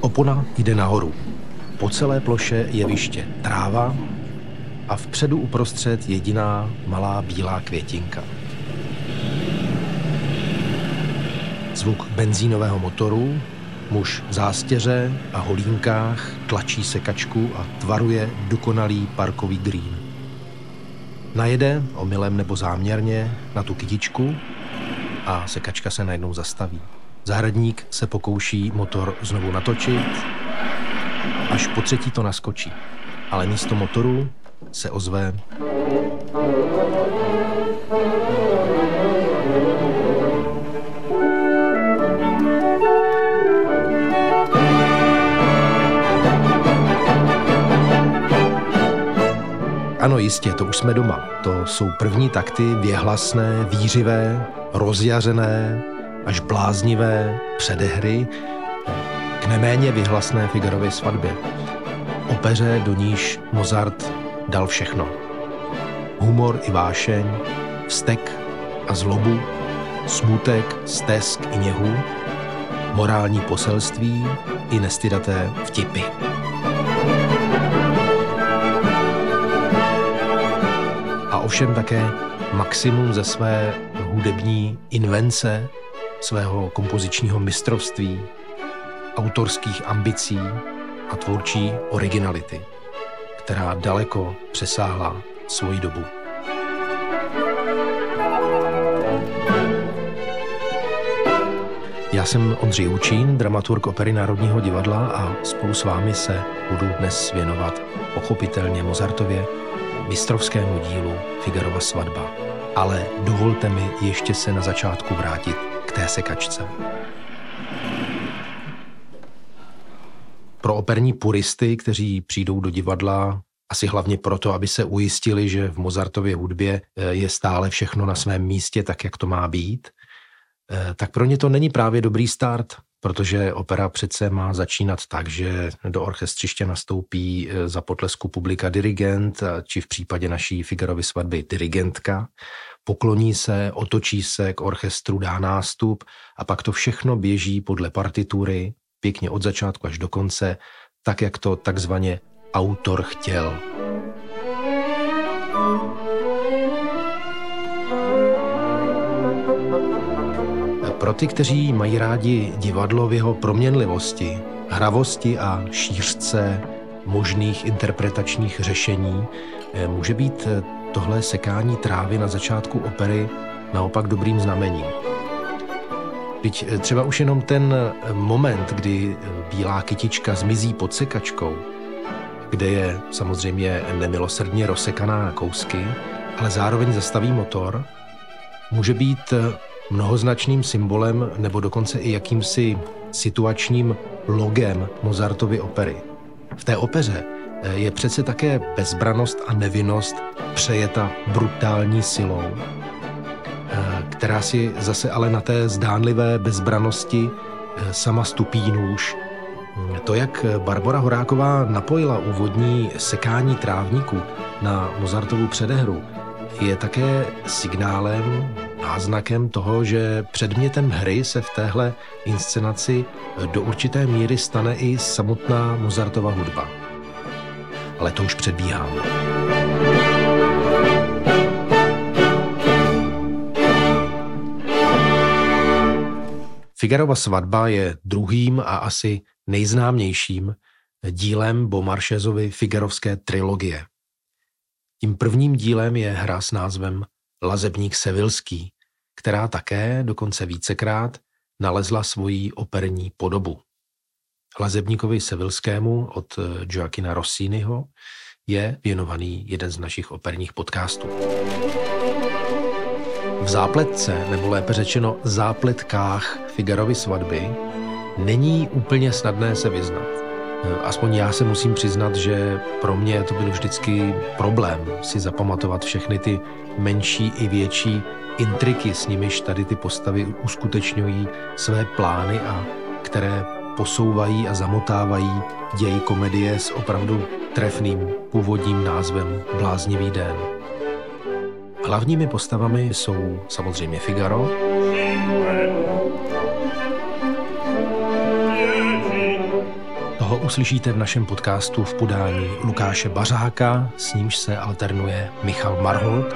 Opona jde nahoru. Po celé ploše jeviště tráva a vpředu uprostřed jediná malá bílá květinka. Zvuk benzínového motoru, muž v zástěře a holínkách tlačí sekačku a tvaruje dokonalý parkový green. Najede, omylem nebo záměrně, na tu kytičku a sekačka se najednou zastaví. Zahradník se pokouší motor znovu natočit, až po třetí to naskočí. Ale místo motoru se ozve ano, jistě, to už jsme doma. To jsou první takty věhlasné, vířivé, rozjařené, až bláznivé předehry k neméně vyhlasné Figarově svatbě. Opeře, do níž Mozart dal všechno. Humor i vášeň, vztek a zlobu, smutek, stesk i něhu, morální poselství i nestydaté vtipy. A ovšem také maximum ze své hudební invence, svého kompozičního mistrovství, autorských ambicí a tvůrčí originality, která daleko přesáhla svoji dobu. Já jsem Ondřej Hučín, dramaturg Opery Národního divadla a spolu s vámi se budu dnes věnovat pochopitelně Mozartově mistrovskému dílu Figarova svatba. Ale dovolte mi ještě se na začátku vrátit k té sekačce. Pro operní puristy, kteří přijdou do divadla asi hlavně proto, aby se ujistili, že v Mozartově hudbě je stále všechno na svém místě tak, jak to má být, tak pro ně to není právě dobrý start, protože opera přece má začínat tak, že do orchestřiště nastoupí za potlesku publika dirigent, či v případě naší Figarovy svatby dirigentka, pokloní se, otočí se, k orchestru dá nástup a pak to všechno běží podle partitury, pěkně od začátku až do konce, tak, jak to takzvaně autor chtěl. Pro ty, kteří mají rádi divadlo v jeho proměnlivosti, hravosti a šířce možných interpretačních řešení, může být tohle sekání trávy na začátku opery naopak dobrým znamením. Vždyť třeba už jenom ten moment, kdy bílá kytička zmizí pod sekačkou, kde je samozřejmě nemilosrdně rozsekaná na kousky, ale zároveň zastaví motor, může být mnohoznačným symbolem nebo dokonce i jakýmsi situačním logem Mozartovy opery. V té opeře je přece také bezbranost a nevinnost přejeta brutální silou, která si zase ale na té zdánlivé bezbranosti sama stupí nůž. To, jak Barbora Horáková napojila úvodní sekání trávníku na Mozartovu předehru, je také signálem, náznakem toho, že předmětem hry se v téhle inscenaci do určité míry stane i samotná Mozartova hudba. Ale to už předbíhám. Figarova svatba je druhým a asi nejznámějším dílem Beaumarchaisovy Figarovské trilogie. Tím prvním dílem je hra s názvem Lazebník sevilský, která také dokonce vícekrát nalezla svoji operní podobu. Lazebníkovi sevilskému od Gioachina Rossiniho je věnovaný jeden z našich operních podcastů. V zápletce, nebo lépe řečeno zápletkách Figarovy svatby, není úplně snadné se vyznat. Aspoň já se musím přiznat, že pro mě to byl vždycky problém si zapamatovat všechny ty menší i větší intriky, s nimiž tady ty postavy uskutečňují své plány a které posouvají a zamotávají děj komedie s opravdu trefným původním názvem Bláznivý den. Hlavními postavami jsou samozřejmě Figaro, uslyšíte v našem podcastu v podání Lukáše Bařáka, s nímž se alternuje Michal Marholt.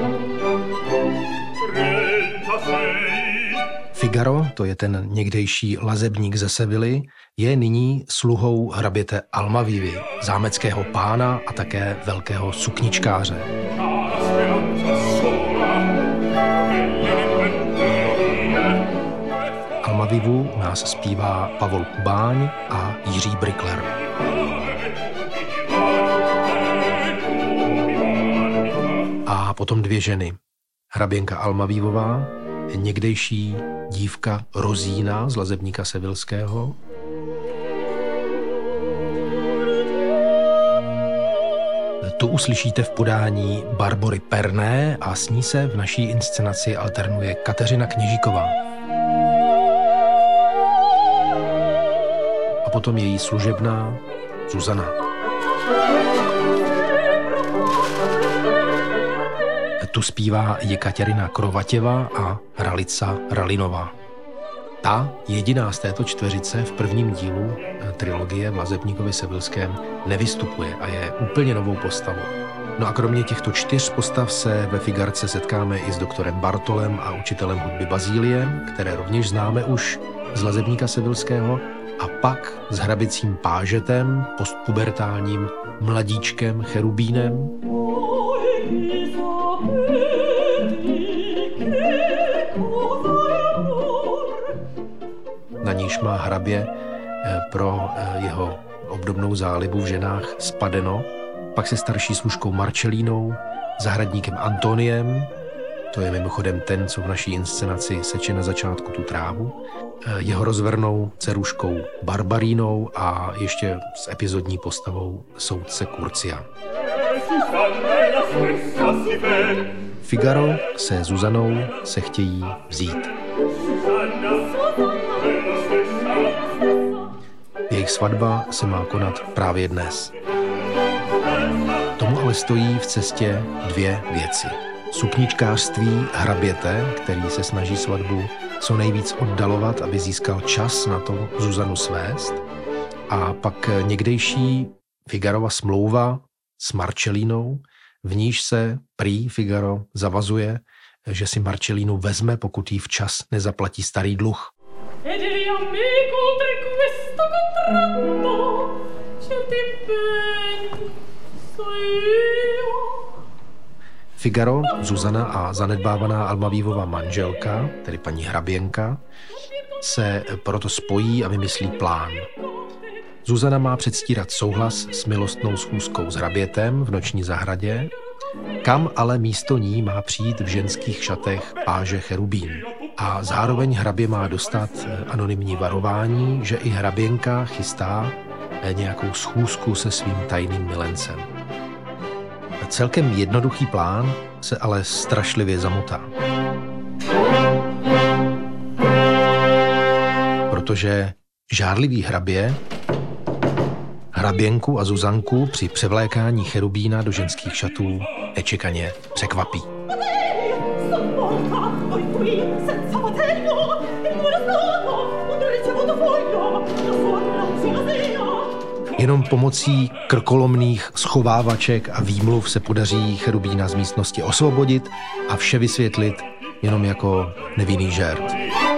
Figaro, to je ten někdejší lazebník ze Sevilly, je nyní sluhou hraběte Almavivy, zámeckého pána a také velkého sukničkáře. Almavivu u nás zpívá Pavol Kubáň a Jiří Brykler. A potom dvě ženy. Hraběnka Almavivová, někdejší dívka Rozína z lazebníka sevilského. Tu uslyšíte v podání Barbory Perné a s ní se v naší inscenaci alternuje Kateřina Kněžíková. A potom její služebná Zuzana. Tu zpívá Jekatěrina Krovatěva a Ralica Ralinová. Ta jediná z této čtveřice v prvním dílu trilogie v lazebníkovi sevilském nevystupuje a je úplně novou postavou. No a kromě těchto 4 postav se ve Figarce setkáme i s doktorem Bartolem a učitelem hudby Bazíliem, které rovněž známe už z lazebníka sevilského, a pak s hrabicím pážetem, postpubertálním mladíčkem Cherubínem. Na níž má hrabě pro jeho obdobnou zálibu v ženách spadeno, pak se starší služkou Marcelínou, zahradníkem Antoniem, to je mimochodem ten, co v naší inscenaci seče na začátku tu trávu, jeho rozvernou dceruškou Barbarínou a ještě s epizodní postavou soudce Kurcia. Figaro se Zuzanou se chtějí vzít. Jejich svatba se má konat právě dnes. Tomu ale stojí v cestě 2 věci. Sukničkářství hraběte, který se snaží svatbu co nejvíc oddalovat, aby získal čas na to Zuzanu svést. A pak někdejší Figarova smlouva s Marcelínou, v níž se prý Figaro zavazuje, že si Marcelínu vezme, pokud jí včas nezaplatí starý dluh. Figaro, Zuzana a zanedbávaná Almavivova manželka, tedy paní hraběnka, se proto spojí a vymyslí plán. Zuzana má předstírat souhlas s milostnou schůzkou s hrabětem v noční zahradě, kam ale místo ní má přijít v ženských šatech páže Cherubín. A zároveň hrabě má dostat anonymní varování, že i hraběnka chystá nějakou schůzku se svým tajným milencem. Celkem jednoduchý plán se ale strašlivě zamotá. Protože žárlivý hrabě hraběnku a Zuzanku při převlékání Cherubína do ženských šatů nečekaně překvapí. Jenom pomocí krkolomných schovávaček a výmluv se podaří Cherubína z místnosti osvobodit a vše vysvětlit jenom jako nevinný žert.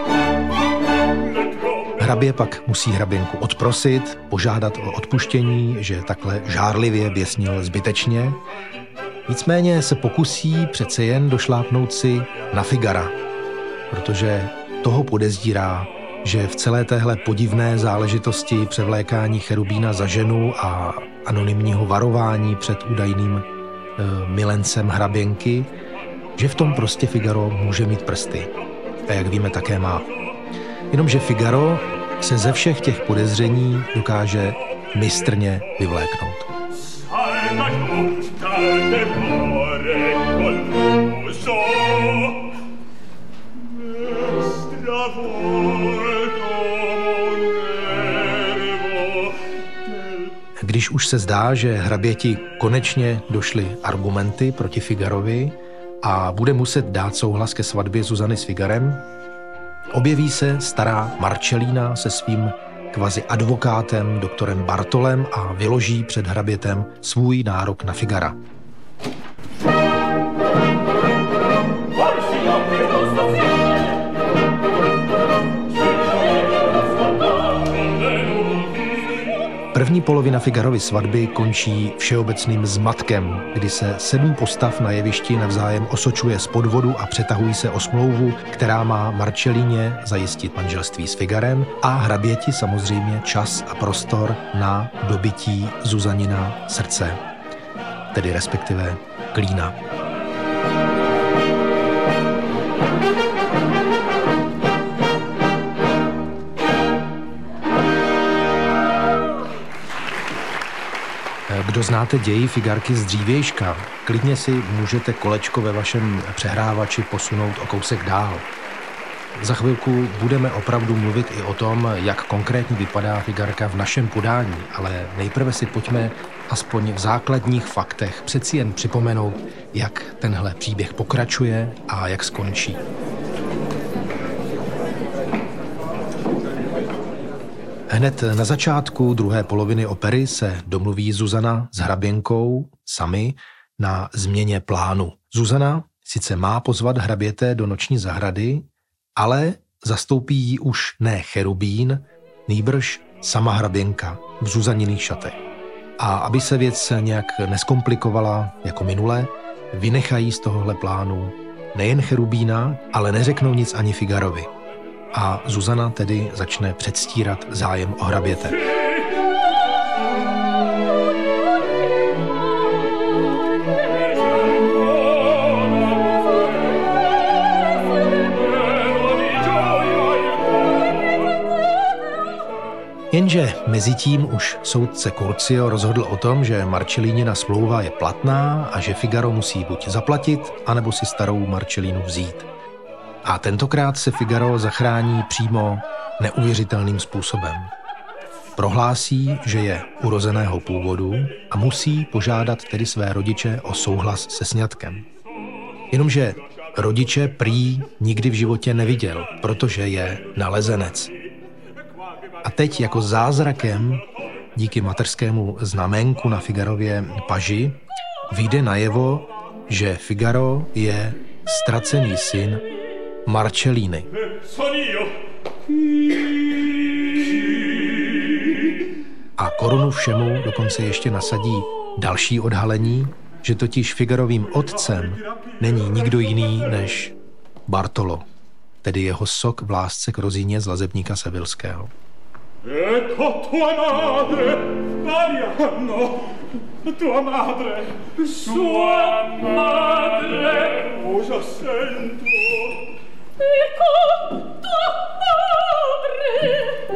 Hrabě pak musí hraběnku odprosit, požádat o odpuštění, že takhle žárlivě běsnil zbytečně. Nicméně se pokusí přece jen došlápnout si na Figara, protože toho podezírá, že v celé téhle podivné záležitosti převlékání Cherubína za ženu a anonymního varování před údajným milencem hraběnky, že v tom prostě Figaro může mít prsty. A jak víme, také má. Jenomže Figaro se ze všech těch podezření dokáže mistrně vyvléknout. Když už se zdá, že hraběti konečně došly argumenty proti Figarovi a bude muset dát souhlas ke svatbě Zuzany s Figarem, objeví se stará Marcelína se svým kvazi advokátem doktorem Bartolem a vyloží před hrabětem svůj nárok na Figara. První polovina Figarovy svatby končí všeobecným zmatkem, kdy se 7 postav na jevišti navzájem osočuje z podvodu a přetahují se o smlouvu, která má Marcellině zajistit manželství s Figarem a hraběti samozřejmě čas a prostor na dobytí Zuzanina srdce, tedy respektive klína. Kdo znáte ději Figarky z dřívějška, klidně si můžete kolečko ve vašem přehrávači posunout o kousek dál. Za chvilku budeme opravdu mluvit i o tom, jak konkrétně vypadá Figarka v našem podání, ale nejprve si pojďme aspoň v základních faktech přeci jen připomenout, jak tenhle příběh pokračuje a jak skončí. Hned na začátku druhé poloviny opery se domluví Zuzana s hraběnkou sami na změně plánu. Zuzana sice má pozvat hraběte do noční zahrady, ale zastoupí ji už ne cherubín, nýbrž sama hraběnka v Zuzaniných šatech. A aby se věc nějak neskomplikovala jako minule, vynechají z tohohle plánu nejen cherubína, ale neřeknou nic ani Figarovi. A Zuzana tedy začne předstírat zájem o hraběte. Jenže mezitím už soudce Curcio rozhodl o tom, že Marcellínina smlouva je platná a že Figaro musí buď zaplatit, anebo si starou Marcellínu vzít. A tentokrát se Figaro zachrání přímo neuvěřitelným způsobem. Prohlásí, že je urozeného původu a musí požádat tedy své rodiče o souhlas se sňatkem. Jenomže rodiče prý nikdy v životě neviděl, protože je nalezenec. A teď jako zázrakem, díky mateřskému znaménku na Figarově paži, vyjde najevo, že Figaro je ztracený syn Marcellíny. A korunu všemu dokonce ještě nasadí další odhalení, že totiž Figarovým otcem není nikdo jiný než Bartolo, tedy jeho sok v lásce k Rozíně z Lazebníka Sevilského. Ecco tua madre, Mariano, tua madre, sua madre, cosa sento? Ecco tua madre.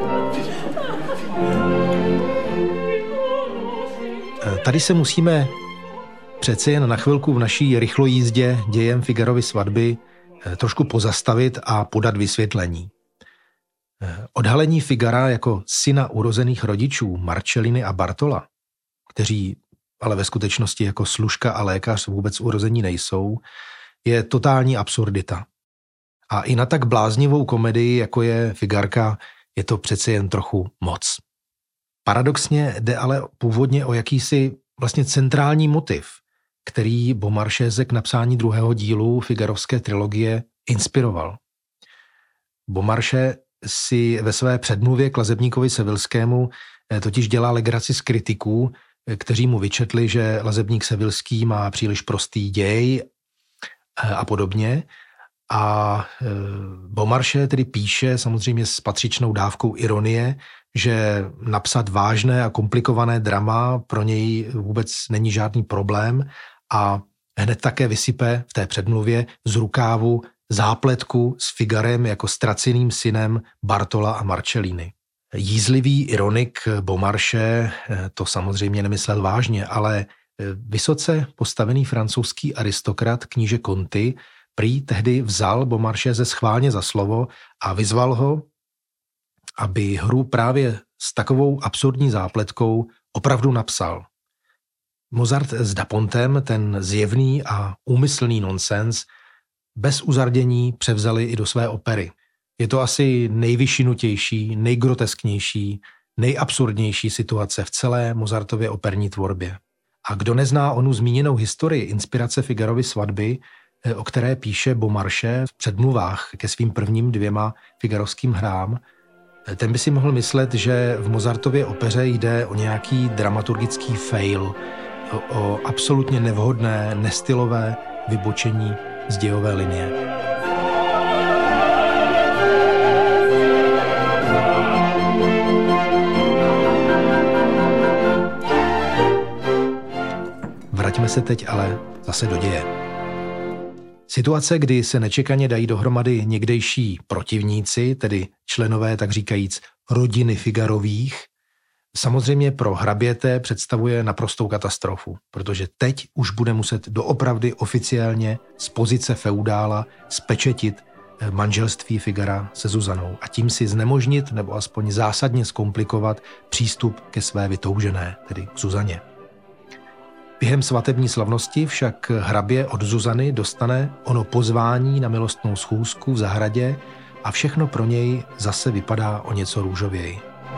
Tady se musíme přece jen na chvilku v naší rychlojízdě dějem Figarovy svatby trošku pozastavit a podat vysvětlení. Odhalení Figara jako syna urozených rodičů Marcelliny a Bartola, kteří ale ve skutečnosti jako služka a lékař vůbec urození nejsou, je totální absurdita. A i na tak bláznivou komedii, jako je Figarka, je to přece jen trochu moc. Paradoxně jde ale původně o jakýsi vlastně centrální motiv, který Beaumarchais k napsání druhého dílu Figarovské trilogie inspiroval. Beaumarchais si ve své předmluvě k Lazebníkovi Sevilskému totiž dělá legraci z kritiků, kteří mu vyčetli, že Lazebník Sevilský má příliš prostý děj a podobně. A Beaumarchais tedy píše samozřejmě s patřičnou dávkou ironie, že napsat vážné a komplikované drama pro něj vůbec není žádný problém a hned také vysype v té předmluvě z rukávu zápletku s Figarem jako ztraceným synem Bartola a Marcellíny. Jízlivý ironik Beaumarchais to samozřejmě nemyslel vážně, ale vysoce postavený francouzský aristokrat kníže Conti prý tehdy vzal Beaumarchaise schválně za slovo a vyzval ho, aby hru právě s takovou absurdní zápletkou opravdu napsal. Mozart s Dapontem ten zjevný a úmyslný nonsens bez uzardění převzali i do své opery. Je to asi nejvyšinutější, nejgrotesknější, nejabsurdnější situace v celé Mozartově operní tvorbě. A kdo nezná onu zmíněnou historii inspirace Figarovy svatby, o které píše Beaumarchais v předmluvách ke svým prvním 2 figarovským hrám, ten by si mohl myslet, že v Mozartově opeře jde o nějaký dramaturgický fail, o absolutně nevhodné, nestylové vybočení z dějové linie. Vraťme se teď ale zase do děje. Situace, kdy se nečekaně dají dohromady někdejší protivníci, tedy členové, tak říkajíc, rodiny Figarových, samozřejmě pro hraběte představuje naprostou katastrofu, protože teď už bude muset doopravdy oficiálně z pozice feudála spečetit manželství Figara se Zuzanou a tím si znemožnit nebo aspoň zásadně zkomplikovat přístup ke své vytoužené, tedy k Zuzaně. Během svatební slavnosti však hrabě od Zuzany dostane ono pozvání na milostnou schůzku v zahradě a všechno pro něj zase vypadá o něco růžověji.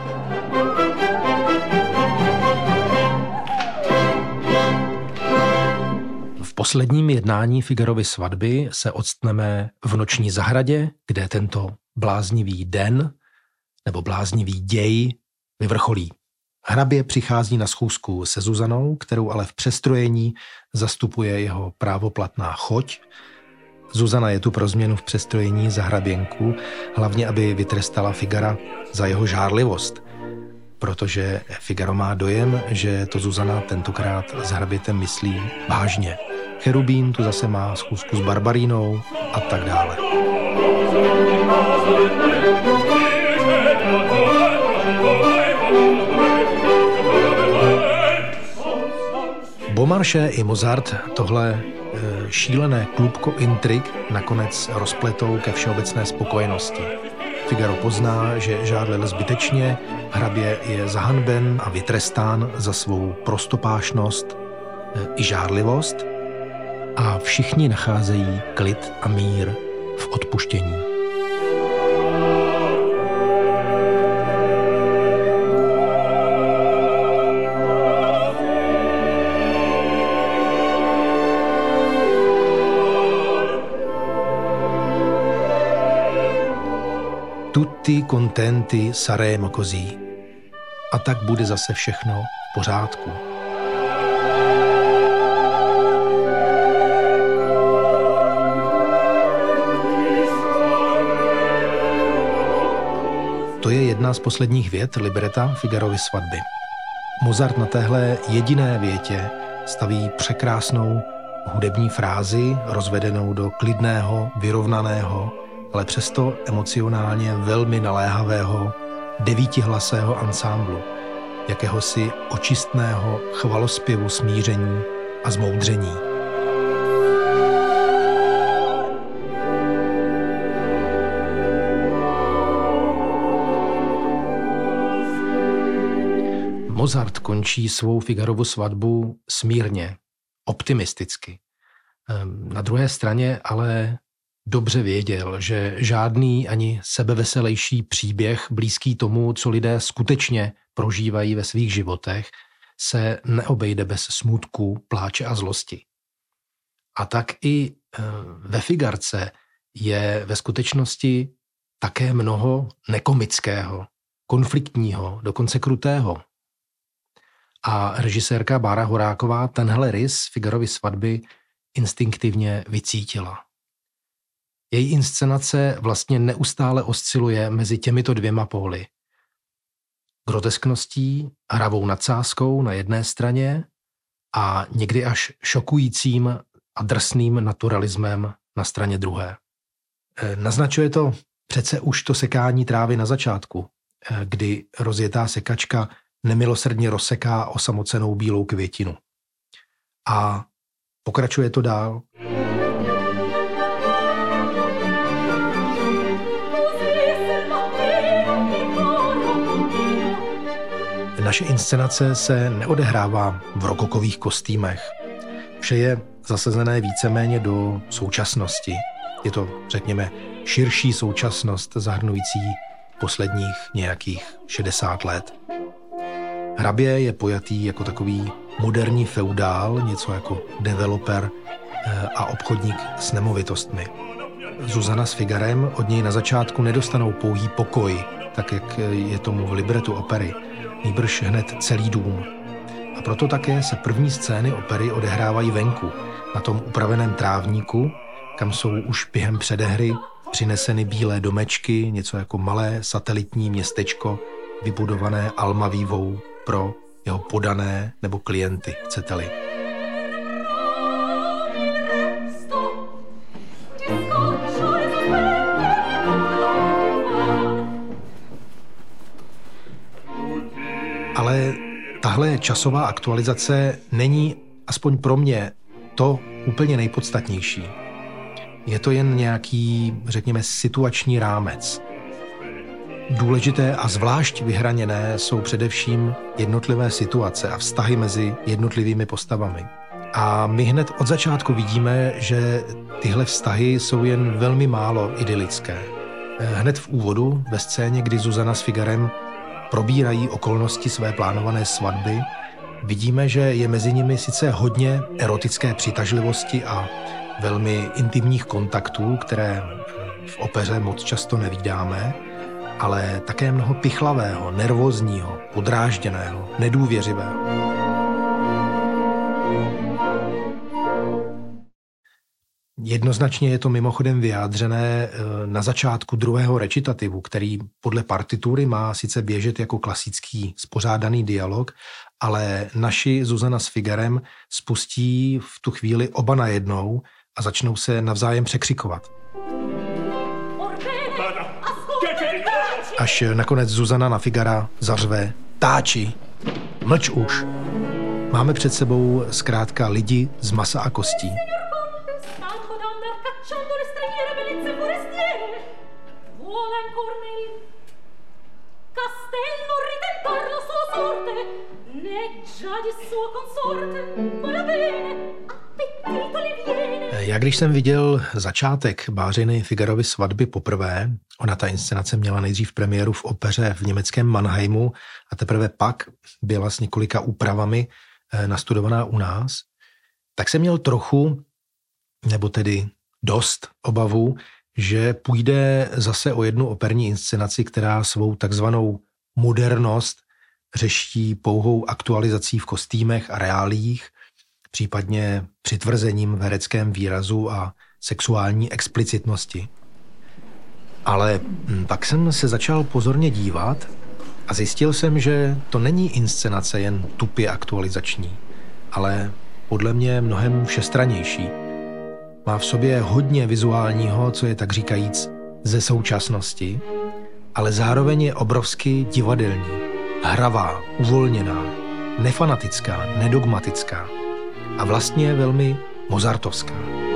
V posledním jednání Figarovy svatby se odstneme v noční zahradě, kde tento bláznivý den nebo bláznivý děj vyvrcholí. Hrabě přichází na schůzku se Zuzanou, kterou ale v přestrojení zastupuje jeho právoplatná choť. Zuzana je tu pro změnu v přestrojení za hraběnku, hlavně aby vytrestala Figara za jeho žárlivost, protože Figaro má dojem, že to Zuzana tentokrát s hrabětem myslí vážně. Cherubín tu zase má schůzku s Barbarínou a tak dále. Beaumarchais i Mozart tohle šílené klubko intrik nakonec rozpletou ke všeobecné spokojenosti. Figaro pozná, že žádlil zbytečně, hrabě je zahanben a vytrestán za svou prostopášnost i žárlivost a všichni nacházejí klid a mír v odpuštění. Tutti contenti saremo così. A tak bude zase všechno v pořádku. To je jedna z posledních vět libreta Figarovy svatby. Mozart na téhle jediné větě staví překrásnou hudební frázi, rozvedenou do klidného, vyrovnaného, ale přesto emocionálně velmi naléhavého 9hlasého ansámblu, jakéhosi očistného chvalospěvu smíření a zmoudření. Mozart končí svou Figarovu svatbu smírně, optimisticky. Na druhé straně ale dobře věděl, že žádný ani sebeveselejší příběh blízký tomu, co lidé skutečně prožívají ve svých životech, se neobejde bez smutku, pláče a zlosti. A tak i ve Figarce je ve skutečnosti také mnoho nekomického, konfliktního, dokonce krutého. A režisérka Bára Horáková tenhle rys Figarovy svatby instinktivně vycítila. Její inscenace vlastně neustále osciluje mezi těmito 2 póly. Groteskností, hravou nadsázkou na jedné straně a někdy až šokujícím a drsným naturalismem na straně druhé. Naznačuje to přece už to sekání trávy na začátku, kdy rozjetá sekačka nemilosrdně rozseká osamocenou bílou květinu. A pokračuje to dál. Naše inscenace se neodehrává v rokokových kostýmech. Vše je zasazené víceméně do současnosti. Je to, řekněme, širší současnost zahrnující posledních nějakých 60 let. Hrabě je pojatý jako takový moderní feudál, něco jako developer a obchodník s nemovitostmi. Zuzana s Figarem od něj na začátku nedostanou pouhý pokoj, tak jak je tomu v libretu opery, nýbrž hned celý dům. A proto také se první scény opery odehrávají venku, na tom upraveném trávníku, kam jsou už během předehry přineseny bílé domečky, něco jako malé satelitní městečko, vybudované Almavívou pro jeho podané nebo klienty, chcete-li. Ale tahle časová aktualizace není, aspoň pro mě, to úplně nejpodstatnější. Je to jen nějaký, řekněme, situační rámec. Důležité a zvlášť vyhraněné jsou především jednotlivé situace a vztahy mezi jednotlivými postavami. A my hned od začátku vidíme, že tyhle vztahy jsou jen velmi málo idylické. Hned v úvodu, ve scéně, kdy Zuzana s Figarem probírají okolnosti své plánované svatby, vidíme, že je mezi nimi sice hodně erotické přitažlivosti a velmi intimních kontaktů, které v opeře moc často nevídáme, ale také mnoho pichlavého, nervózního, podrážděného, nedůvěřivého. Jednoznačně je to mimochodem vyjádřené na začátku druhého recitativu, který podle partitury má sice běžet jako klasický spořádaný dialog, ale naši Zuzana s Figarem spustí v tu chvíli oba najednou a začnou se navzájem překřikovat. Až nakonec Zuzana na Figara zařve: Táči, mlč už. Máme před sebou zkrátka lidi z masa a kostí. Já když jsem viděl začátek Bářiny Figarovy svatby poprvé, ona ta inscenace měla nejdřív premiéru v opeře v německém Mannheimu a teprve pak byla s několika úpravami nastudovaná u nás, tak jsem měl trochu, nebo tedy dost obavu, že půjde zase o jednu operní inscenaci, která svou takzvanou modernost řeší pouhou aktualizací v kostýmech a reáliích, případně přitvrzením v hereckém výrazu a sexuální explicitnosti. Ale pak jsem se začal pozorně dívat a zjistil jsem, že to není inscenace jen tupě aktualizační, ale podle mě mnohem všestrannější. Má v sobě hodně vizuálního, co je tak říkajíc ze současnosti, ale zároveň je obrovsky divadelní, hravá, uvolněná, nefanatická, nedogmatická a vlastně velmi mozartovská.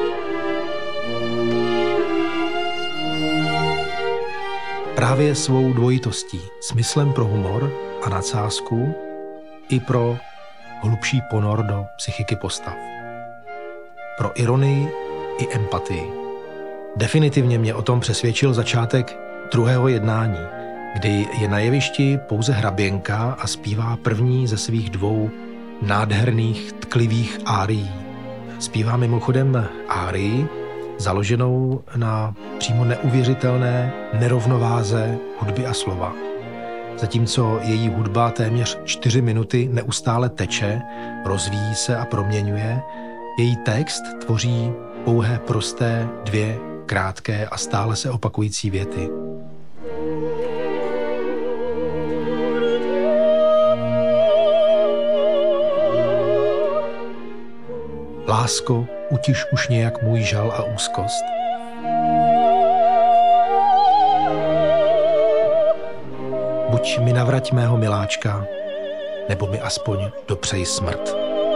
Právě svou dvojitostí, smyslem pro humor a nadsázku i pro hlubší ponor do psychiky postav. Pro ironii i empatii. Definitivně mě o tom přesvědčil začátek druhého jednání, kdy je na jevišti pouze hraběnka a zpívá první ze svých dvou nádherných, tklivých árií. Zpívá mimochodem árii, založenou na přímo neuvěřitelné nerovnováze hudby a slova. Zatímco její hudba téměř 4 minuty neustále teče, rozvíjí se a proměňuje, její text tvoří pouhé prosté 2 krátké a stále se opakující věty. Lásko, utiš už nějak můj žal a úzkost. Buď mi navrať mého miláčka, nebo mi aspoň dopřej smrt.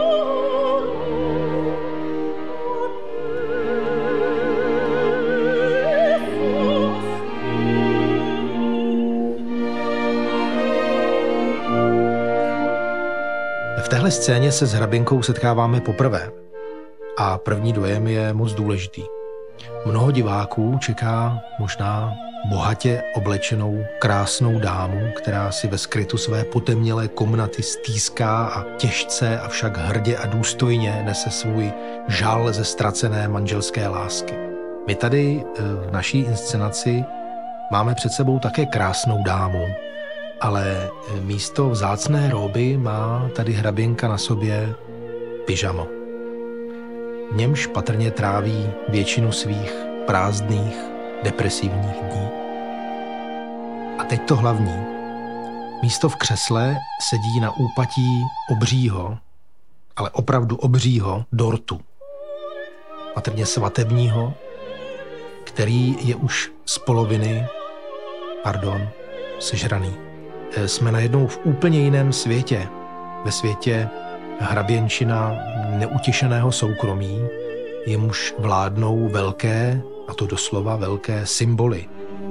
V téhle scéně se s hraběnkou setkáváme poprvé a první dojem je moc důležitý. Mnoho diváků čeká možná bohatě oblečenou krásnou dámu, která si ve skrytu své potemnělé komnaty stýská a těžce, avšak hrdě a důstojně nese svůj žal ze ztracené manželské lásky. My tady v naší inscenaci máme před sebou také krásnou dámu, ale místo vzácné róby má tady hraběnka na sobě pyžamo. V němž patrně tráví většinu svých prázdných, depresivních dní. A teď to hlavní. Místo v křesle sedí na úpatí obřího, ale opravdu obřího dortu. Patrně svatebního, který je už z poloviny, sežraný. Jsme najednou v úplně jiném světě. Ve světě hraběnčina neutěšeného soukromí, jemuž vládnou velké, a to doslova velké symboly.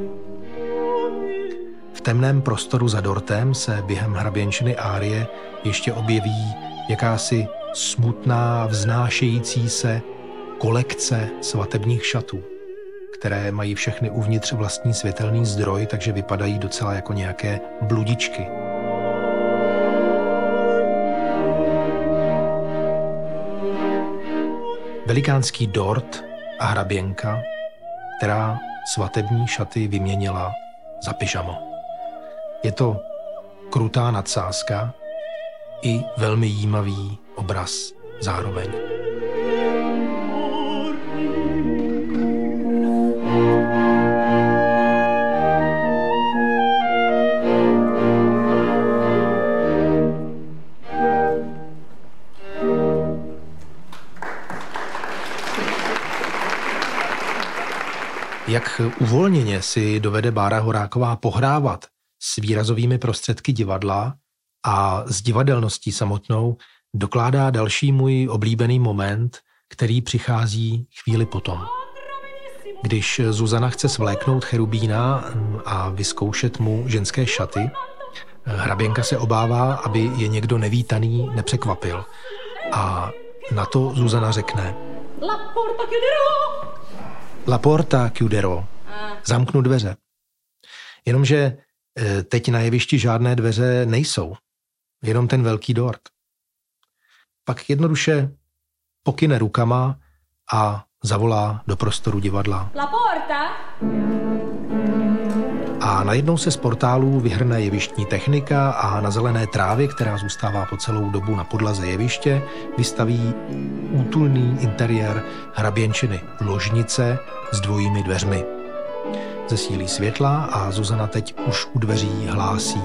V temném prostoru za dortem se během hraběnčiny árie ještě objeví jakási smutná, vznášející se kolekce svatebních šatů, které mají všechny uvnitř vlastní světelný zdroj, takže vypadají docela jako nějaké bludičky. Velikánský dort a hraběnka, která svatební šaty vyměnila za pyžamo. Je to krutá nadsázka i velmi jímavý obraz zároveň. Jak uvolněně si dovede Bára Horáková pohrávat s výrazovými prostředky divadla a s divadelností samotnou, dokládá další můj oblíbený moment, který přichází chvíli potom. Když Zuzana chce svléknout cherubína a vyzkoušet mu ženské šaty, hraběnka se obává, aby je někdo nevítaný nepřekvapil. A na to Zuzana řekne: La porta chiuderò. Zamknu dveře. Jenomže teď na jevišti žádné dveře nejsou. Jenom ten velký dort. Pak jednoduše pokyne rukama a zavolá do prostoru divadla: La porta! A najednou se z portálů vyhrne jevištní technika a na zelené trávě, která zůstává po celou dobu na podlaze jeviště, vystaví útulný interiér hraběnčiny ložnice s dvojími dveřmi. Zesílí světla a Zuzana teď už u dveří hlásí: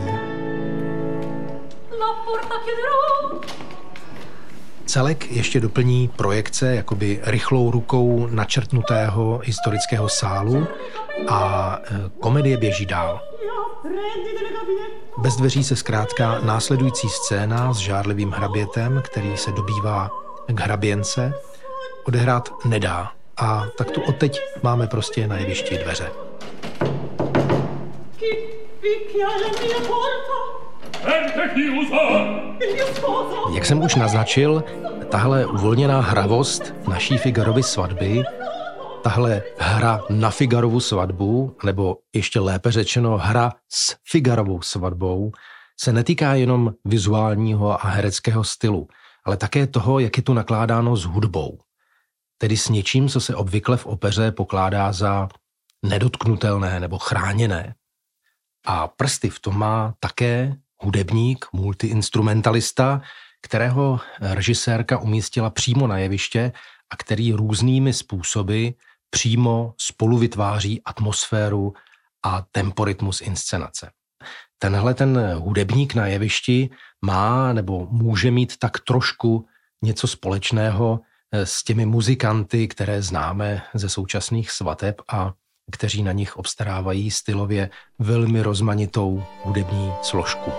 La porta chiuderò. Celek ještě doplní projekce jakoby rychlou rukou načrtnutého historického sálu a komedie běží dál. Bez dveří se zkrátka následující scéna s žárlivým hrabětem, který se dobývá k hraběnce, odehrát nedá. A tak tu odteď máme prostě na jevišti dveře. Jak jsem už naznačil, tahle uvolněná hravost naší Figarovy svatby, tahle hra na Figarovu svatbu, nebo ještě lépe řečeno hra s Figarovou svatbou, se netýká jenom vizuálního a hereckého stylu, ale také toho, jak je tu nakládáno s hudbou. Tedy s něčím, co se obvykle v opeře pokládá za nedotknutelné nebo chráněné. A prsty v tom má také hudebník, multiinstrumentalista, kterého režisérka umístila přímo na jeviště a který různými způsoby přímo spolu vytváří atmosféru a temporytmus inscenace. Tenhle ten hudebník na jevišti má nebo může mít tak trošku něco společného s těmi muzikanty, které známe ze současných svateb a kteří na nich obstarávají stylově velmi rozmanitou hudební složku.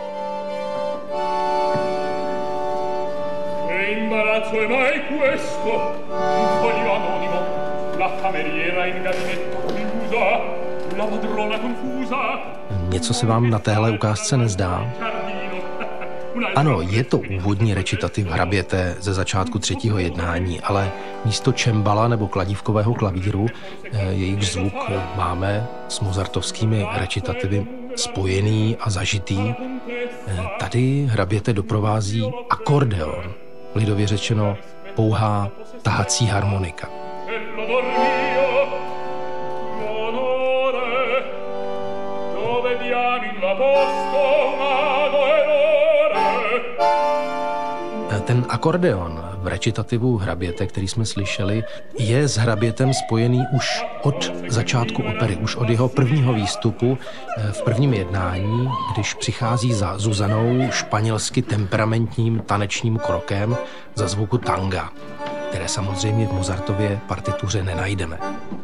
Něco se vám na téhle ukázce nezdá? Ano, je to úvodní recitativ hraběte ze začátku třetího jednání, ale místo čembala nebo kladívkového klavíru, jejich zvuk máme s mozartovskými recitativy spojený a zažitý. Tady hraběte doprovází akordeon, lidově řečeno pouhá tahací harmonika. Ten akordeon v recitativu hraběte, který jsme slyšeli, je s hrabětem spojený už od začátku opery, už od jeho prvního výstupu v prvním jednání, když přichází za Zuzanou španělsky temperamentním tanečním krokem za zvuku tanga, které samozřejmě v Mozartově partituře nenajdeme.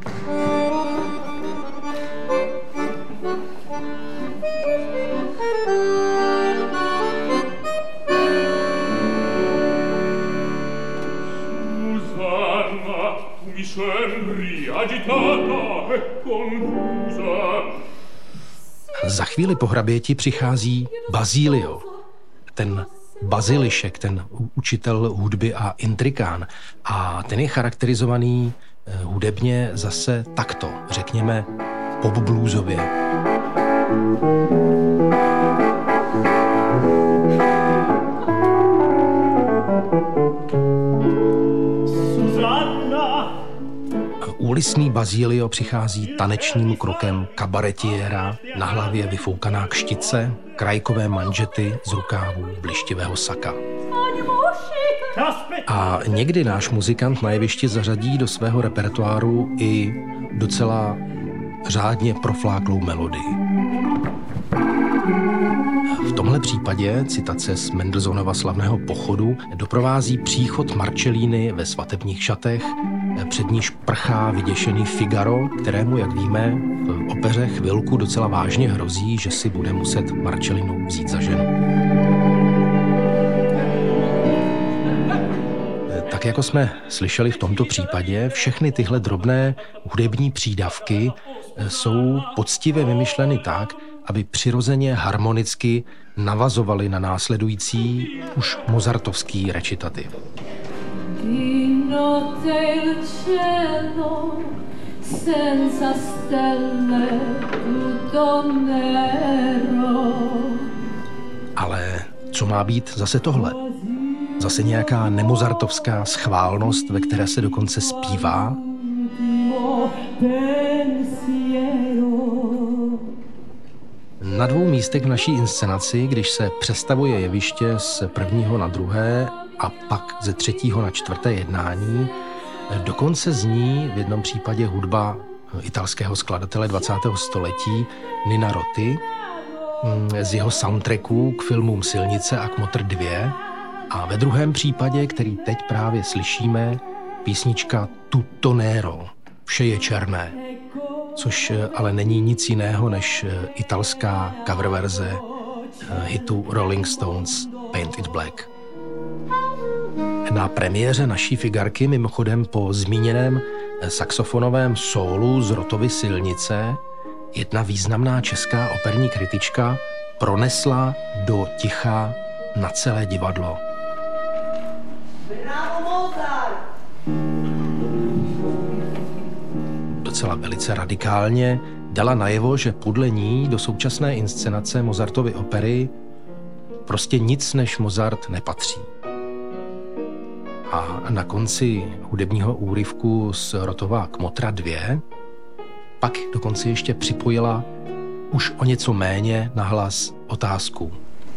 Za chvíli po hraběti přichází Basilio, ten bazilišek, ten učitel hudby a intrikán. A ten je charakterizovaný hudebně zase takto, řekněme pop-bluesově. Úlisný Basilio přichází tanečním krokem kabaretiéra, na hlavě vyfoukaná kštice, krajkové manžety z rukávů blištivého saka. A někdy náš muzikant na jevišti zařadí do svého repertoáru i docela řádně profláklou melodii. V tomhle případě citace z Mendelssohnova slavného Pochodu doprovází příchod Marcelliny ve svatebních šatech, před níž prchá vyděšený Figaro, kterému, jak víme, v opeře chvilku docela vážně hrozí, že si bude muset Marcellinu vzít za ženu. Tak jako jsme slyšeli v tomto případě, všechny tyhle drobné hudební přídavky jsou poctivě vymyšleny tak, aby přirozeně harmonicky navazovaly na následující už mozartovský recitativ. Ale co má být zase tohle? Zase nějaká nemozartovská schválnost, ve které se dokonce zpívá? Na dvou místech v naší inscenaci, když se přestavuje jeviště z prvního na druhé a pak ze třetího na čtvrté jednání, dokonce zní v jednom případě hudba italského skladatele 20. století Nina Roty z jeho soundtracku k filmům Silnice a Kmotr 2, a ve druhém případě, který teď právě slyšíme, písnička Tutto nero, vše je černé, což ale není nic jiného než italská coververze hitu Rolling Stones Paint It Black. Na premiéře naší Figarky mimochodem po zmíněném saxofonovém sólu z Rotovy Silnice jedna významná česká operní kritička pronesla do ticha na celé divadlo. Docela velice radikálně dala najevo, že podle ní do současné inscenace Mozartovy opery prostě nic než Mozart nepatří. A na konci hudebního úryvku z Rotova Kmotra 2 pak dokonce ještě připojila už o něco méně nahlas otázku.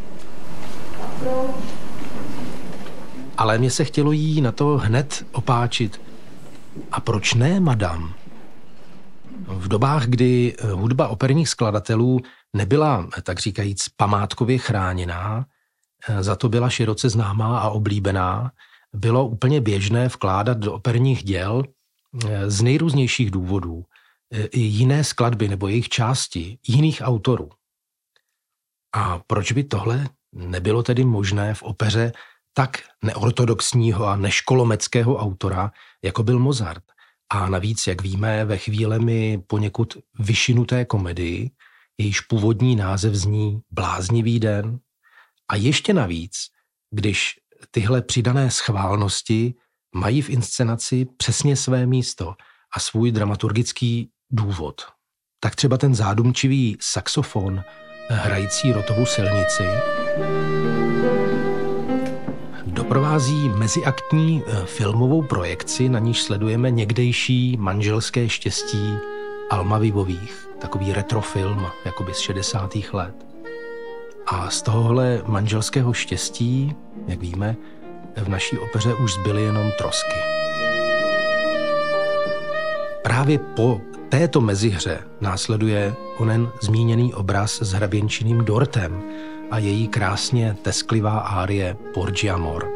Ale mně se chtělo jí na to hned opáčit. A proč ne, madam? V dobách, kdy hudba operních skladatelů nebyla, tak říkajíc, památkově chráněná, za to byla široce známá a oblíbená, bylo úplně běžné vkládat do operních děl z nejrůznějších důvodů i jiné skladby nebo jejich části jiných autorů. A proč by tohle nebylo tedy možné v opeře tak neortodoxního a neškolomeckého autora, jako byl Mozart? A navíc, jak víme, ve chvílemi poněkud vyšinuté komedii, jejíž původní název zní Bláznivý den, A ještě navíc, když tyhle přidané schválnosti mají v inscenaci přesně své místo a svůj dramaturgický důvod. Tak třeba ten zádumčivý saxofon hrající Rotovu silnici doprovází meziaktní filmovou projekci, na níž sledujeme někdejší manželské štěstí Almavivových, takový retrofilm, jakoby z 60. let. A z tohohle manželského štěstí, jak víme, v naší opeře už zbyly jenom trosky. Právě po této mezihře následuje onen zmíněný obraz s hraběnčiným dortem a její krásně tesklivá árie Porgi amor.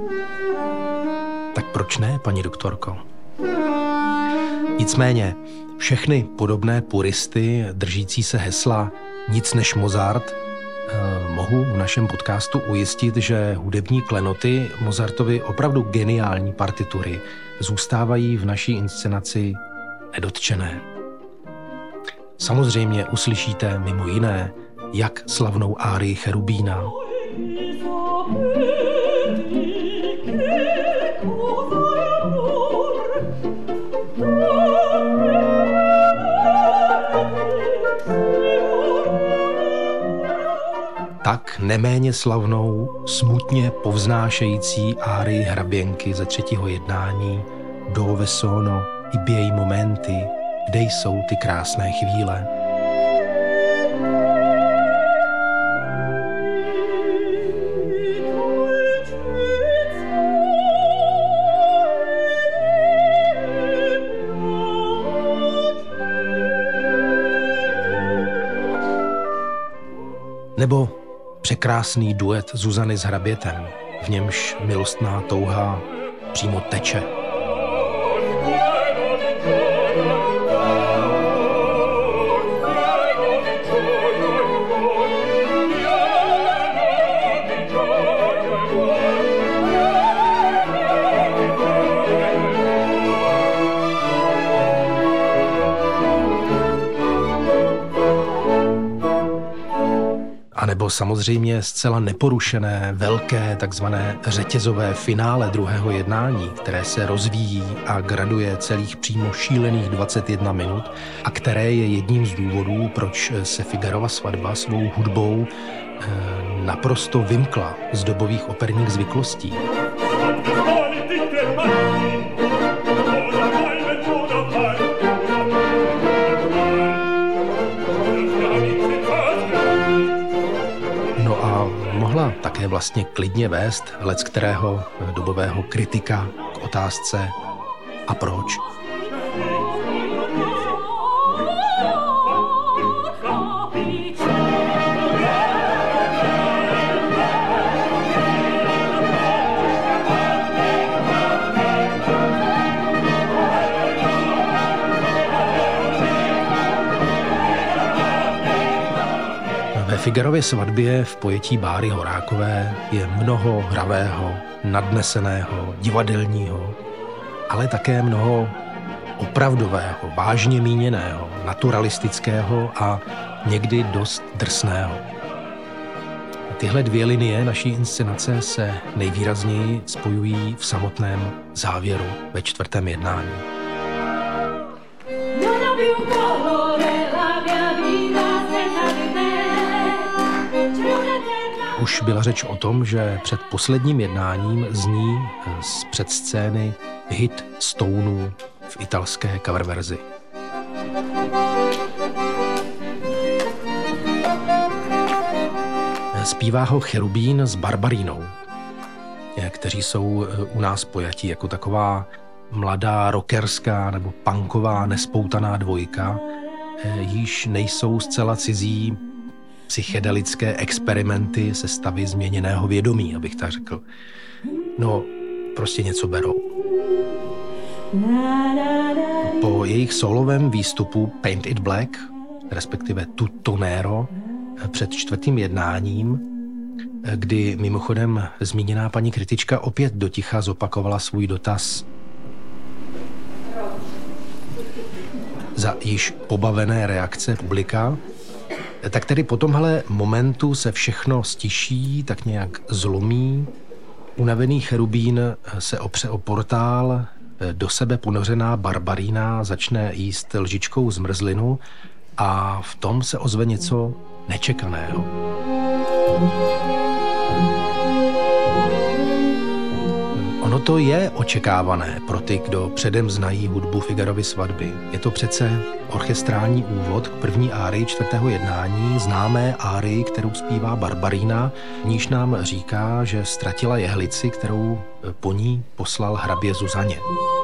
Tak proč ne, paní doktorko? Nicméně, všechny podobné puristy držící se hesla nic než Mozart mohu v našem podcastu ujistit, že hudební klenoty Mozartovy opravdu geniální partitury zůstávají v naší inscenaci nedotčené. Samozřejmě uslyšíte mimo jiné jak slavnou árii Cherubína, tak neméně slavnou, smutně povznášející árii hraběnky ze 3. jednání Dove sono i bei momenti, kde jsou ty krásné chvíle. Nebo překrásný duet Zuzany s hrabětem, v němž milostná touha přímo teče. A nebo samozřejmě zcela neporušené, velké, takzvané řetězové finále druhého jednání, které se rozvíjí a graduje celých přímo šílených 21 minut a které je jedním z důvodů, proč se Figarova svatba svou hudbou naprosto vymkla z dobových operních zvyklostí. Mohla také vlastně klidně vést leckterého dobového kritika k otázce a proč. Ve Figarově svatbě v pojetí Báry Horákové je mnoho hravého, nadneseného, divadelního, ale také mnoho opravdového, vážně míněného, naturalistického a někdy dost drsného. Tyhle dvě linie naší inscenace se nejvýrazněji spojují v samotném závěru ve 4. jednání. Už byla řeč o tom, že před posledním jednáním zní z předscény hit Stoneů v italské coververzi. Zpívá ho Cherubín s Barbarínou, kteří jsou u nás pojatí jako taková mladá rockerská nebo punková nespoutaná dvojka, již nejsou zcela cizí psychedelické experimenty se stavy změněného vědomí, abych tak řekl. No, prostě něco berou. Po jejich solovém výstupu Paint It Black, respektive Tutto Nero, před 4. jednáním, kdy mimochodem zmíněná paní kritička opět doticha zopakovala svůj dotaz za již pobavené reakce publika, Tak tedy po tomhle momentu se všechno stiší, tak nějak zlomí. Unavený cherubín se opře o portál, do sebe ponořená Barbarína začne jíst lžičkou zmrzlinu a v tom se ozve něco nečekaného. Ono to je očekávané pro ty, kdo předem znají hudbu Figarovy svatby. Je to přece orchestrální úvod k první árii 4. jednání, známé árii, kterou zpívá Barbarína, v níž nám říká, že ztratila jehlici, kterou po ní poslal hrabě Zuzaně.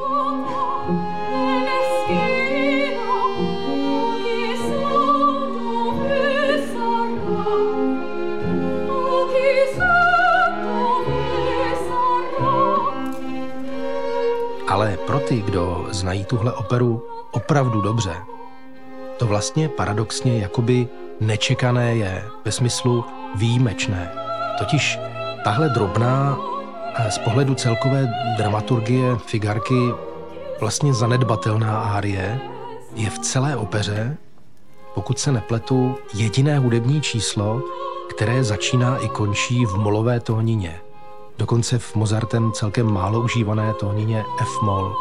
Ale pro ty, kdo znají tuhle operu opravdu dobře, to vlastně paradoxně jakoby nečekané je, ve smyslu výjimečné. Totiž tahle drobná, z pohledu celkové dramaturgie Figarky vlastně zanedbatelná árie je v celé opeře, pokud se nepletu, jediné hudební číslo, které začíná i končí v molové tónině. Dokonce v Mozartem celkem málo užívané tónině F-moll.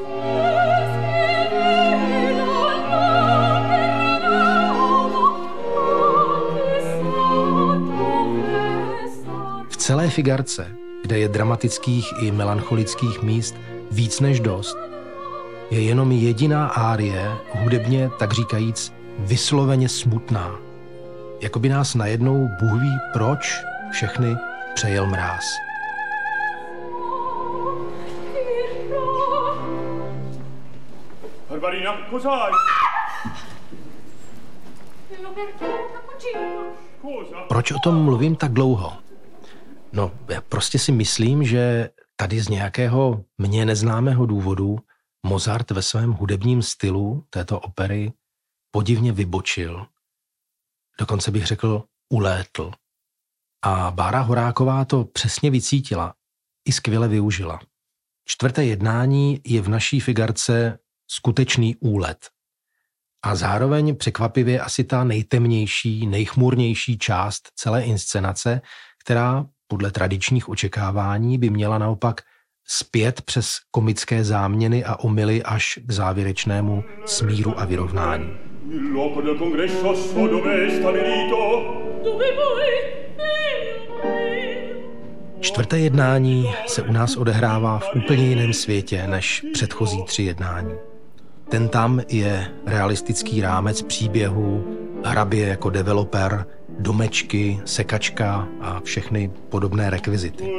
V celé Figarce, kde je dramatických i melancholických míst víc než dost, je jenom jediná árie, hudebně tak říkajíc vysloveně smutná. Jakoby nás najednou, Bůh ví proč, všechny přejel mráz. Barbarina, cos'hai? Proč o tom mluvím tak dlouho? No, já prostě si myslím, že tady z nějakého mně neznámého důvodu Mozart ve svém hudebním stylu této opery podivně vybočil. Dokonce bych řekl ulétl. A Bára Horáková to přesně vycítila i skvěle využila. 4. jednání je v naší Figarce skutečný úlet. A zároveň překvapivě asi ta nejtemnější, nejchmurnější část celé inscenace, která podle tradičních očekávání by měla naopak zpět přes komické záměny a omyly až k závěrečnému smíru a vyrovnání. 4. jednání se u nás odehrává v úplně jiném světě než předchozí 3 jednání. Ten tam je realistický rámec příběhu, hrabě jako developer, domečky, sekačka a všechny podobné rekvizity.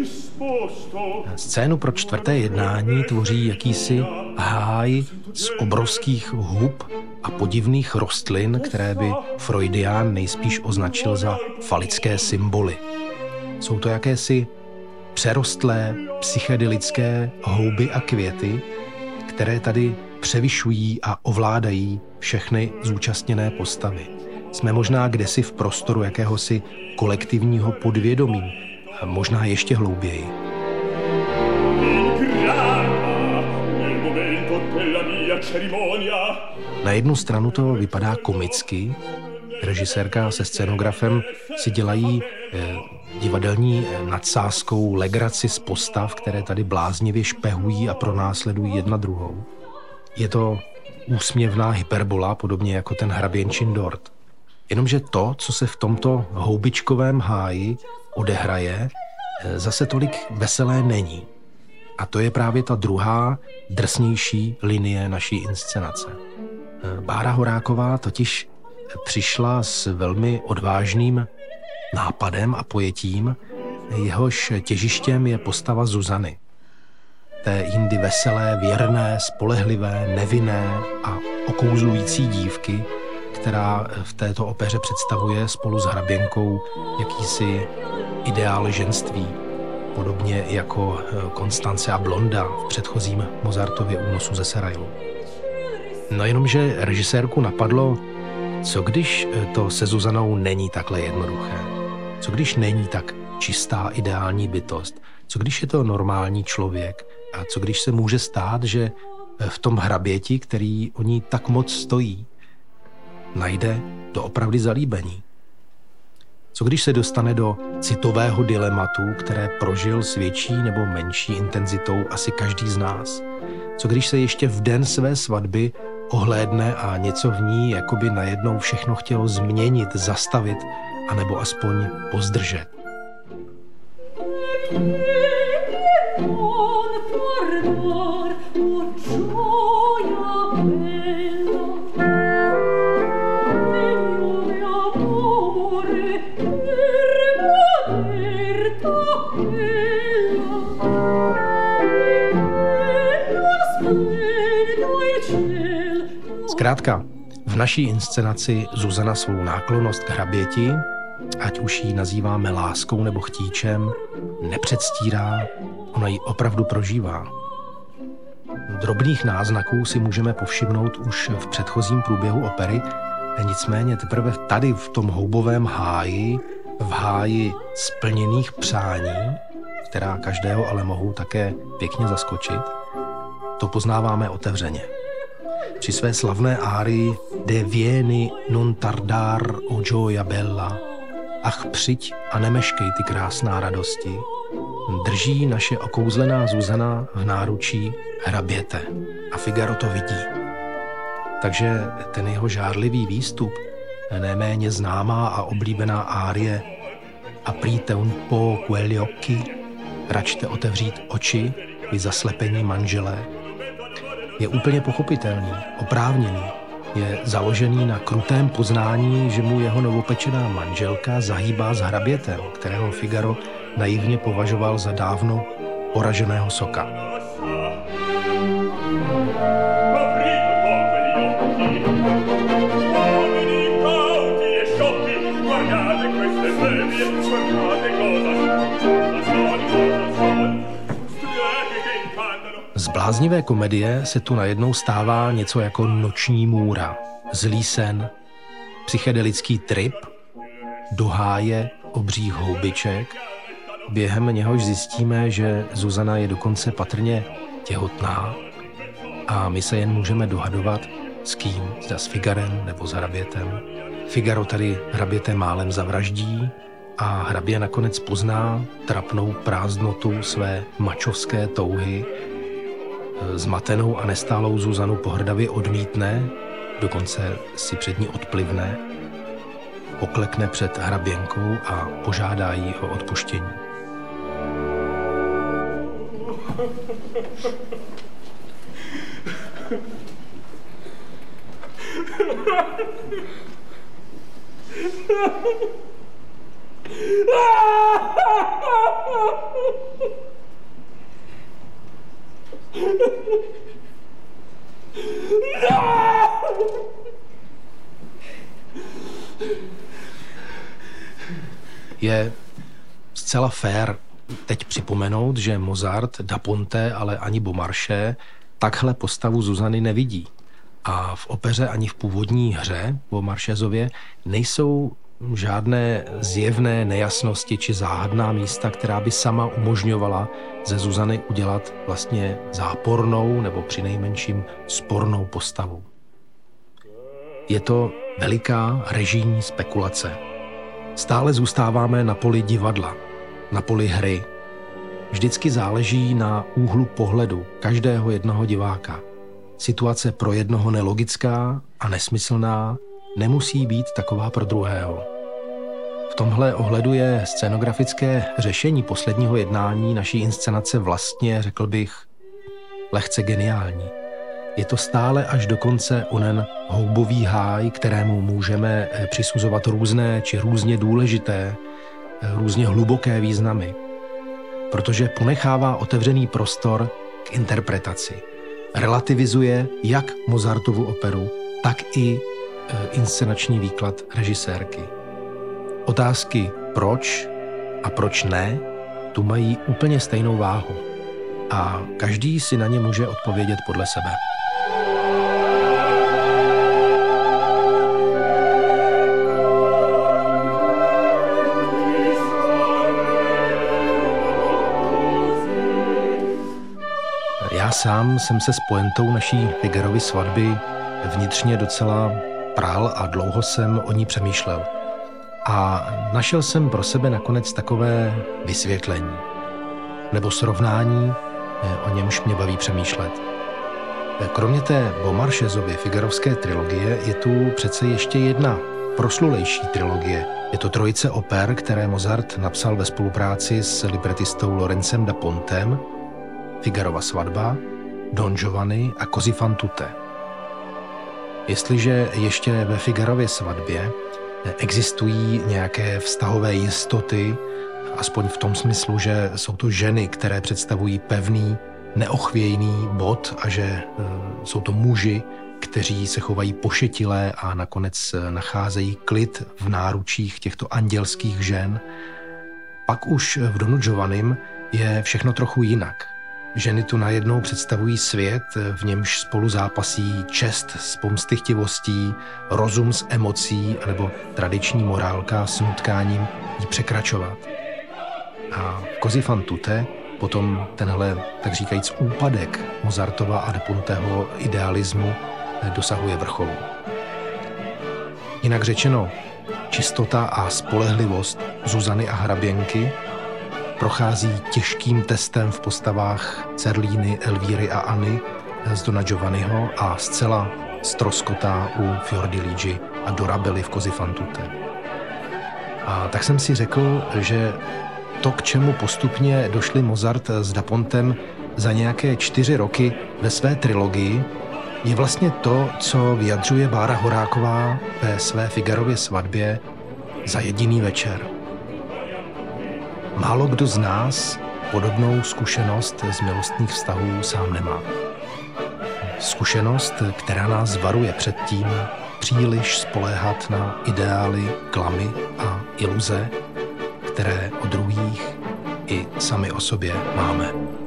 Scénu pro 4. jednání tvoří jakýsi háj z obrovských hub a podivných rostlin, které by Freudián nejspíš označil za falické symboly. Jsou to jakési přerostlé psychedelické houby a květy, které tady převyšují a ovládají všechny zúčastněné postavy. Jsme možná kdesi v prostoru jakéhosi kolektivního podvědomí, a možná ještě hlouběji. Na jednu stranu to vypadá komicky. Režisérka se scenografem si dělají divadelní nadsázkou legraci z postav, které tady bláznivě špehují a pronásledují jedna druhou. Je to úsměvná hyperbola, podobně jako ten hraběnčin dort. Jenomže to, co se v tomto houbičkovém háji odehraje, zase tolik veselé není. A to je právě ta druhá, drsnější linie naší inscenace. Bára Horáková totiž přišla s velmi odvážným nápadem a pojetím, jehož těžištěm je postava Zuzany. Té jindy veselé, věrné, spolehlivé, nevinné a okouzlující dívky, která v této opeře představuje spolu s hraběnkou jakýsi ideál ženství, podobně jako Konstance a Blonda v předchozím Mozartově Únosu ze Sarajevu. No jenomže režisérku napadlo, co když to se Zuzanou není takhle jednoduché? Co když není tak čistá ideální bytost? Co když je to normální člověk? A co když se může stát, že v tom hraběti, který o ní tak moc stojí, najde doopravdy zalíbení. Co když se dostane do citového dilematu, které prožil s větší nebo menší intenzitou asi každý z nás? Co když se ještě v den své svatby ohlédne a něco v ní jakoby najednou všechno chtělo změnit, zastavit, anebo aspoň pozdržet? Zkrátka, v naší inscenaci Zuzana svou náklonnost k hraběti, ať už ji nazýváme láskou nebo chtíčem, nepředstírá, ona ji opravdu prožívá. Drobných náznaků si můžeme povšimnout už v předchozím průběhu opery, nicméně teprve tady v tom houbovém háji, v háji splněných přání, která každého ale mohou také pěkně zaskočit, to poznáváme otevřeně. Při své slavné árii De vieni non tardar o gioia bella, ach přijď a nemeškej ty krásná radosti, drží naše okouzlená Zuzana v náručí hraběte a Figaro to vidí. Takže ten jeho žárlivý výstup, neméně známá a oblíbená árie Aprite un po quegli occhi, račte otevřít oči, vy zaslepení manželé, je úplně pochopitelný, oprávněný, je založený na krutém poznání, že mu jeho novopečená manželka zahýbá s hrabětem, kterého Figaro naivně považoval za dávno poraženého soka. Z bláznivé komedie se tu najednou stává něco jako noční můra, zlý sen, psychedelický trip, do háje obřích houbiček, během něhož zjistíme, že Zuzana je dokonce patrně těhotná a my se jen můžeme dohadovat, s kým, zda s Figarem nebo s hrabětem. Figaro tady hraběte málem zavraždí a hrabě nakonec pozná trapnou prázdnotu své mačovské touhy, zmatenou a nestálou Zuzanu pohrdavě odmítne, dokonce si před ní odplivne, poklekne před hraběnkou a požádá jí o odpuštění. Je zcela fér teď připomenout, že Mozart, Da Ponte, ale ani Beaumarchais takhle postavu Zuzany nevidí. A v opeře ani v původní hře Beaumarchaisově nejsou žádné zjevné nejasnosti či záhadná místa, která by sama umožňovala ze Zuzany udělat vlastně zápornou nebo přinejmenším spornou postavu. Je to veliká režijní spekulace. Stále zůstáváme na poli divadla, na poli hry. Vždycky záleží na úhlu pohledu každého jednoho diváka. Situace pro jednoho nelogická a nesmyslná nemusí být taková pro druhého. V tomhle ohledu je scénografické řešení posledního jednání naší inscenace vlastně, řekl bych, lehce geniální. Je to stále až do konce onen houbový háj, kterému můžeme přisuzovat různé či různě důležité, různě hluboké významy, protože ponechává otevřený prostor k interpretaci. Relativizuje jak Mozartovu operu, tak i inscenační výklad režisérky. Otázky proč a proč ne tu mají úplně stejnou váhu a každý si na ně může odpovědět podle sebe. Já sám jsem se s pointou naší Figarovy svatby vnitřně docela pral a dlouho jsem o ní přemýšlel. A našel jsem pro sebe nakonec takové vysvětlení nebo srovnání, o němž mě baví přemýšlet. Kromě té Beaumarchesovy Figarovské trilogie je tu přece ještě jedna proslulejší trilogie. Je to trojice oper, které Mozart napsal ve spolupráci s libretistou Lorencem da Pontem: Figarova svatba, Don Giovanni a Così fan tutte. Jestliže ještě ve Figarově svatbě existují nějaké vztahové jistoty, aspoň v tom smyslu, že jsou to ženy, které představují pevný, neochvějný bod a že jsou to muži, kteří se chovají pošetilé a nakonec nacházejí klid v náručích těchto andělských žen, pak už v Donu Giovannim je všechno trochu jinak. Ženy tu najednou představují svět, v němž spolu zápasí čest s pomstychtivostí, rozum s emocí, nebo tradiční morálka s nutkáním jí překračovat. A v Così fan tutte potom tenhle, tak říkajíc, úpadek Mozartova a da Ponteho idealismu dosahuje vrcholu. Jinak řečeno, čistota a spolehlivost Zuzany a hraběnky prochází těžkým testem v postavách Zerlíny, Elvíry a Anny z Dona Giovanniho a zcela ztroskotá u Fiordiligi a Dorabelly v Così fan tutte. A tak jsem si řekl, že to, k čemu postupně došli Mozart s da Pontem za nějaké 4 roky ve své trilogii, je vlastně to, co vyjadřuje Bára Horáková ve své Figarově svatbě za jediný večer. Málo kdo z nás podobnou zkušenost z milostných vztahů sám nemá. Zkušenost, která nás varuje před tím příliš spoléhat na ideály, klamy a iluze, které o druhých i sami o sobě máme.